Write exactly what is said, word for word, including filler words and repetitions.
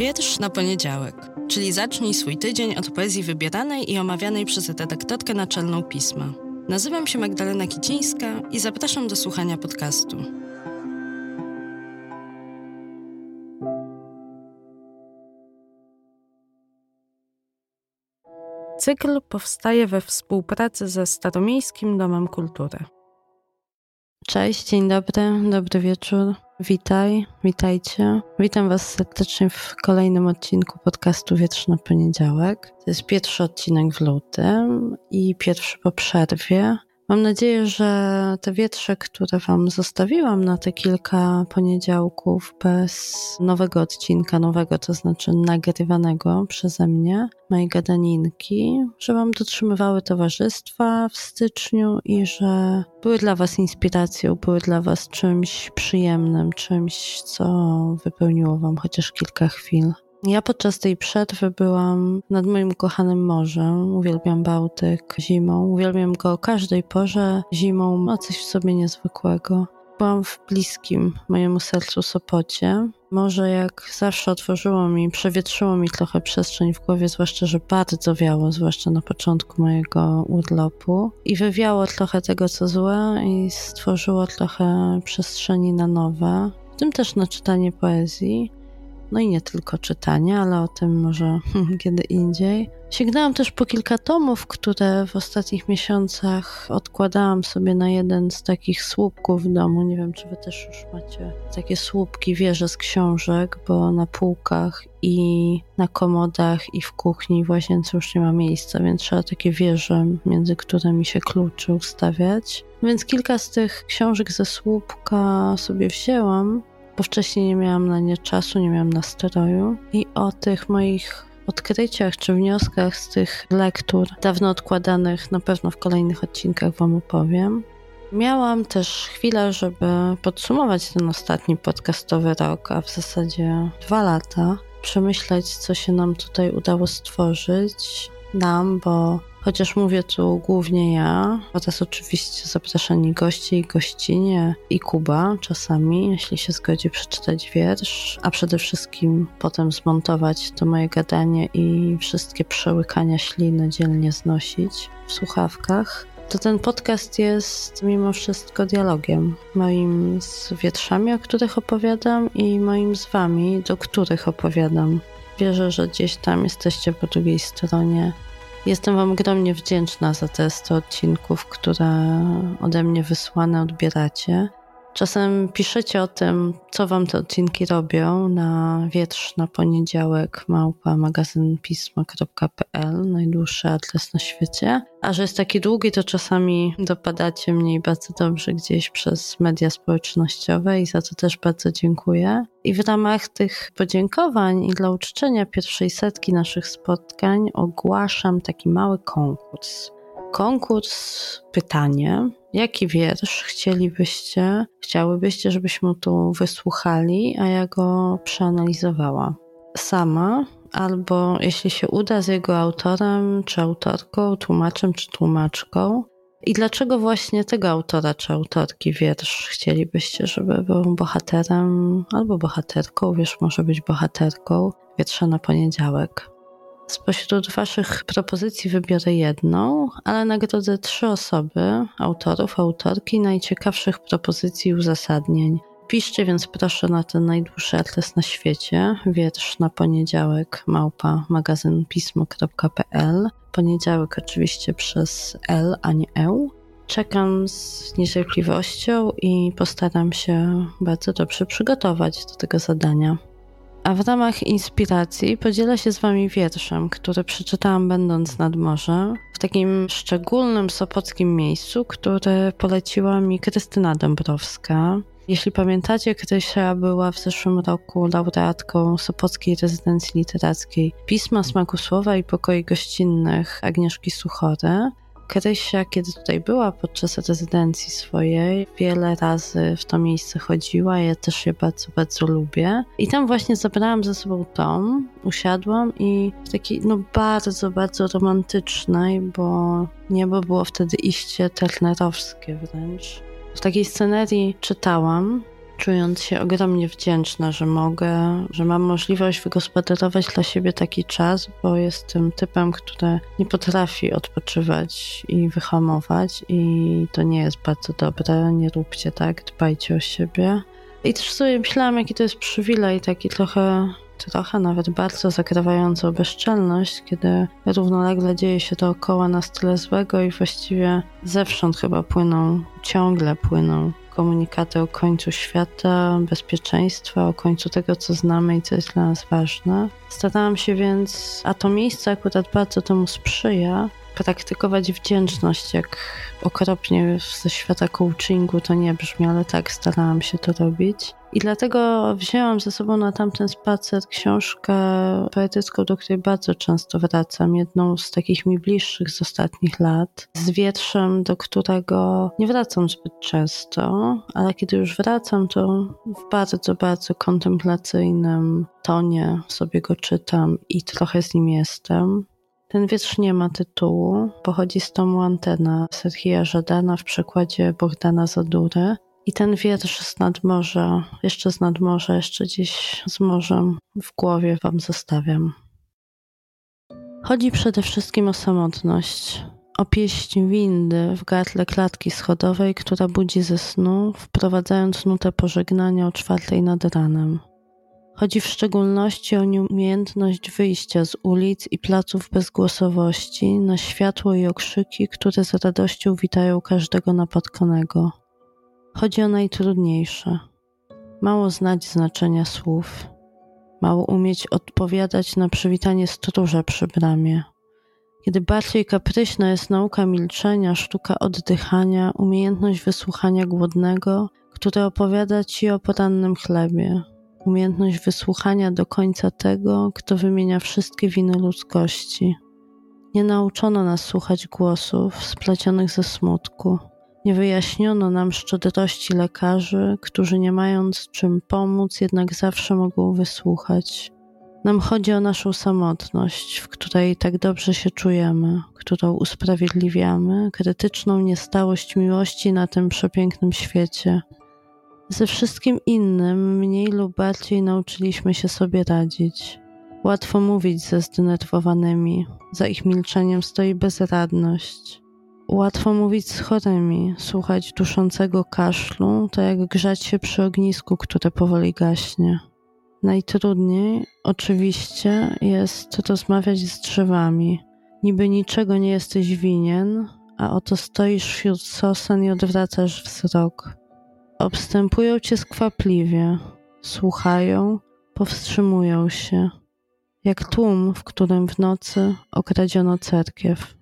Wiersz na poniedziałek, czyli zacznij swój tydzień od poezji wybieranej i omawianej przez redaktorkę naczelną pisma. Nazywam się Magdalena Kicińska i zapraszam do słuchania podcastu. Cykl powstaje we współpracy ze Staromiejskim Domem Kultury. Cześć, dzień dobry, dobry wieczór. Witaj, witajcie. Witam Was serdecznie w kolejnym odcinku podcastu Wiersz na poniedziałek. To jest pierwszy odcinek w lutym i pierwszy po przerwie. Mam nadzieję, że te wiersze, które Wam zostawiłam na te kilka poniedziałków bez nowego odcinka, nowego, to znaczy nagrywanego przeze mnie, mojej gadaninki, że Wam dotrzymywały towarzystwa w styczniu i że były dla Was inspiracją, były dla Was czymś przyjemnym, czymś, co wypełniło Wam chociaż kilka chwil. Ja podczas tej przerwy byłam nad moim ukochanym morzem. Uwielbiam Bałtyk zimą. Uwielbiam go o każdej porze. Zimą ma coś w sobie niezwykłego. Byłam w bliskim mojemu sercu Sopocie. Morze jak zawsze otworzyło mi, przewietrzyło mi trochę przestrzeń w głowie, zwłaszcza, że bardzo wiało, zwłaszcza na początku mojego urlopu. I wywiało trochę tego, co złe i stworzyło trochę przestrzeni na nowe. W tym też na czytanie poezji. No i nie tylko czytanie, ale o tym może kiedy indziej. Sięgnęłam też po kilka tomów, które w ostatnich miesiącach odkładałam sobie na jeden z takich słupków w domu. Nie wiem, czy Wy też już macie takie słupki, wieże z książek, bo na półkach i na komodach i w kuchni, w łazience już nie ma miejsca, więc trzeba takie wieże, między którymi się kluczy ustawiać. Więc kilka z tych książek ze słupka sobie wzięłam, bo wcześniej nie miałam na nie czasu, nie miałam nastroju i o tych moich odkryciach czy wnioskach z tych lektur dawno odkładanych na pewno w kolejnych odcinkach Wam opowiem. Miałam też chwilę, żeby podsumować ten ostatni podcastowy rok, a w zasadzie dwa lata, przemyśleć, co się nam tutaj udało stworzyć, nam, bo chociaż mówię tu głównie ja, oraz oczywiście zapraszani goście i gościnie i Kuba czasami, jeśli się zgodzi przeczytać wiersz, a przede wszystkim potem zmontować to moje gadanie i wszystkie przełykania śliny dzielnie znosić w słuchawkach, to ten podcast jest mimo wszystko dialogiem moim z wierszami, o których opowiadam i moim z Wami, do których opowiadam. Wierzę, że gdzieś tam jesteście po drugiej stronie. Jestem Wam ogromnie wdzięczna za te sto odcinków, które ode mnie wysłane odbieracie. Czasem piszecie o tym, co Wam te odcinki robią na wiersz na poniedziałek małpa magazynpismo kropka pe el, najdłuższy adres na świecie. A że jest taki długi, to czasami dopadacie mnie i bardzo dobrze gdzieś przez media społecznościowe i za to też bardzo dziękuję. I w ramach tych podziękowań i dla uczczenia pierwszej setki naszych spotkań ogłaszam taki mały konkurs. Konkurs, pytanie, jaki wiersz chcielibyście, chciałybyście, żebyśmy tu wysłuchali, a ja go przeanalizowała sama, albo jeśli się uda, z jego autorem, czy autorką, tłumaczem, czy tłumaczką. I dlaczego właśnie tego autora, czy autorki wiersz chcielibyście, żeby był bohaterem, albo bohaterką, wiersz może być bohaterką wiersza na poniedziałek. Spośród Waszych propozycji wybiorę jedną, ale nagrodzę trzy osoby, autorów, autorki, najciekawszych propozycji i uzasadnień. Piszcie więc proszę na ten najdłuższy adres na świecie, wiersz na poniedziałek małpa magazynpismo kropka pe el. Poniedziałek oczywiście przez L, a nie E. Czekam z niecierpliwością i postaram się bardzo dobrze przygotować do tego zadania. A w ramach inspiracji podzielę się z Wami wierszem, który przeczytałam będąc nad morzem, w takim szczególnym sopockim miejscu, które poleciła mi Krystyna Dąbrowska. Jeśli pamiętacie, Krysia była w zeszłym roku laureatką Sopockiej Rezydencji Literackiej Pisma, Smaku Słowa i Pokoi Gościnnych Agnieszki Suchory. Krysia, kiedy tutaj była podczas rezydencji swojej, wiele razy w to miejsce chodziła, ja też je bardzo, bardzo lubię. I tam właśnie zabrałam ze sobą tom, usiadłam i w takiej no bardzo, bardzo romantycznej, bo niebo było wtedy iście ternerowskie wręcz. W takiej scenerii czytałam czując się ogromnie wdzięczna, że mogę, że mam możliwość wygospodarować dla siebie taki czas, bo jestem typem, który nie potrafi odpoczywać i wyhamować i to nie jest bardzo dobre, nie róbcie tak, dbajcie o siebie. I też sobie myślałam, jaki to jest przywilej, taki trochę, trochę nawet bardzo zakrywający o bezczelność, kiedy równolegle dzieje się dookoła nas tyle złego i właściwie zewsząd chyba płyną, ciągle płyną komunikaty o końcu świata, bezpieczeństwa, o końcu tego, co znamy i co jest dla nas ważne. Starałam się więc, a to miejsce akurat bardzo temu sprzyja, praktykować wdzięczność, jak okropnie ze świata coachingu to nie brzmi, ale tak starałam się to robić. I dlatego wzięłam ze sobą na tamten spacer książkę poetycką, do której bardzo często wracam, jedną z takich mi bliższych z ostatnich lat, z wierszem, do którego nie wracam zbyt często, ale kiedy już wracam, to w bardzo, bardzo kontemplacyjnym tonie sobie go czytam i trochę z nim jestem. Ten wiersz nie ma tytułu, pochodzi z tomu Antena Serhija Żadana w przekładzie Bogdana Zadury. I ten wiersz z nadmorza, jeszcze z nadmorza, jeszcze gdzieś z morzem w głowie wam zostawiam. Chodzi przede wszystkim o samotność, o pieśń windy w gardle klatki schodowej, która budzi ze snu, wprowadzając nutę pożegnania o czwartej nad ranem. Chodzi w szczególności o nieumiejętność wyjścia z ulic i placów bezgłosowości na światło i okrzyki, które z radością witają każdego napotkanego. Chodzi o najtrudniejsze. Mało znać znaczenia słów. Mało umieć odpowiadać na przywitanie stróża przy bramie. Kiedy bardziej kapryśna jest nauka milczenia, sztuka oddychania, umiejętność wysłuchania głodnego, który opowiada ci o porannym chlebie. Umiejętność wysłuchania do końca tego, kto wymienia wszystkie winy ludzkości. Nie nauczono nas słuchać głosów splecionych ze smutku. Nie wyjaśniono nam szczodrości lekarzy, którzy nie mając czym pomóc, jednak zawsze mogą wysłuchać. Nam chodzi o naszą samotność, w której tak dobrze się czujemy, którą usprawiedliwiamy, krytyczną niestałość miłości na tym przepięknym świecie. Ze wszystkim innym mniej lub bardziej nauczyliśmy się sobie radzić. Łatwo mówić ze zdenerwowanymi, za ich milczeniem stoi bezradność. Łatwo mówić z chorymi, słuchać duszącego kaszlu, to jak grzać się przy ognisku, które powoli gaśnie. Najtrudniej, oczywiście, jest rozmawiać z drzewami. Niby niczego nie jesteś winien, a oto stoisz wśród sosen i odwracasz wzrok. Obstępują cię skwapliwie, słuchają, powstrzymują się, jak tłum, w którym w nocy okradziono cerkiew.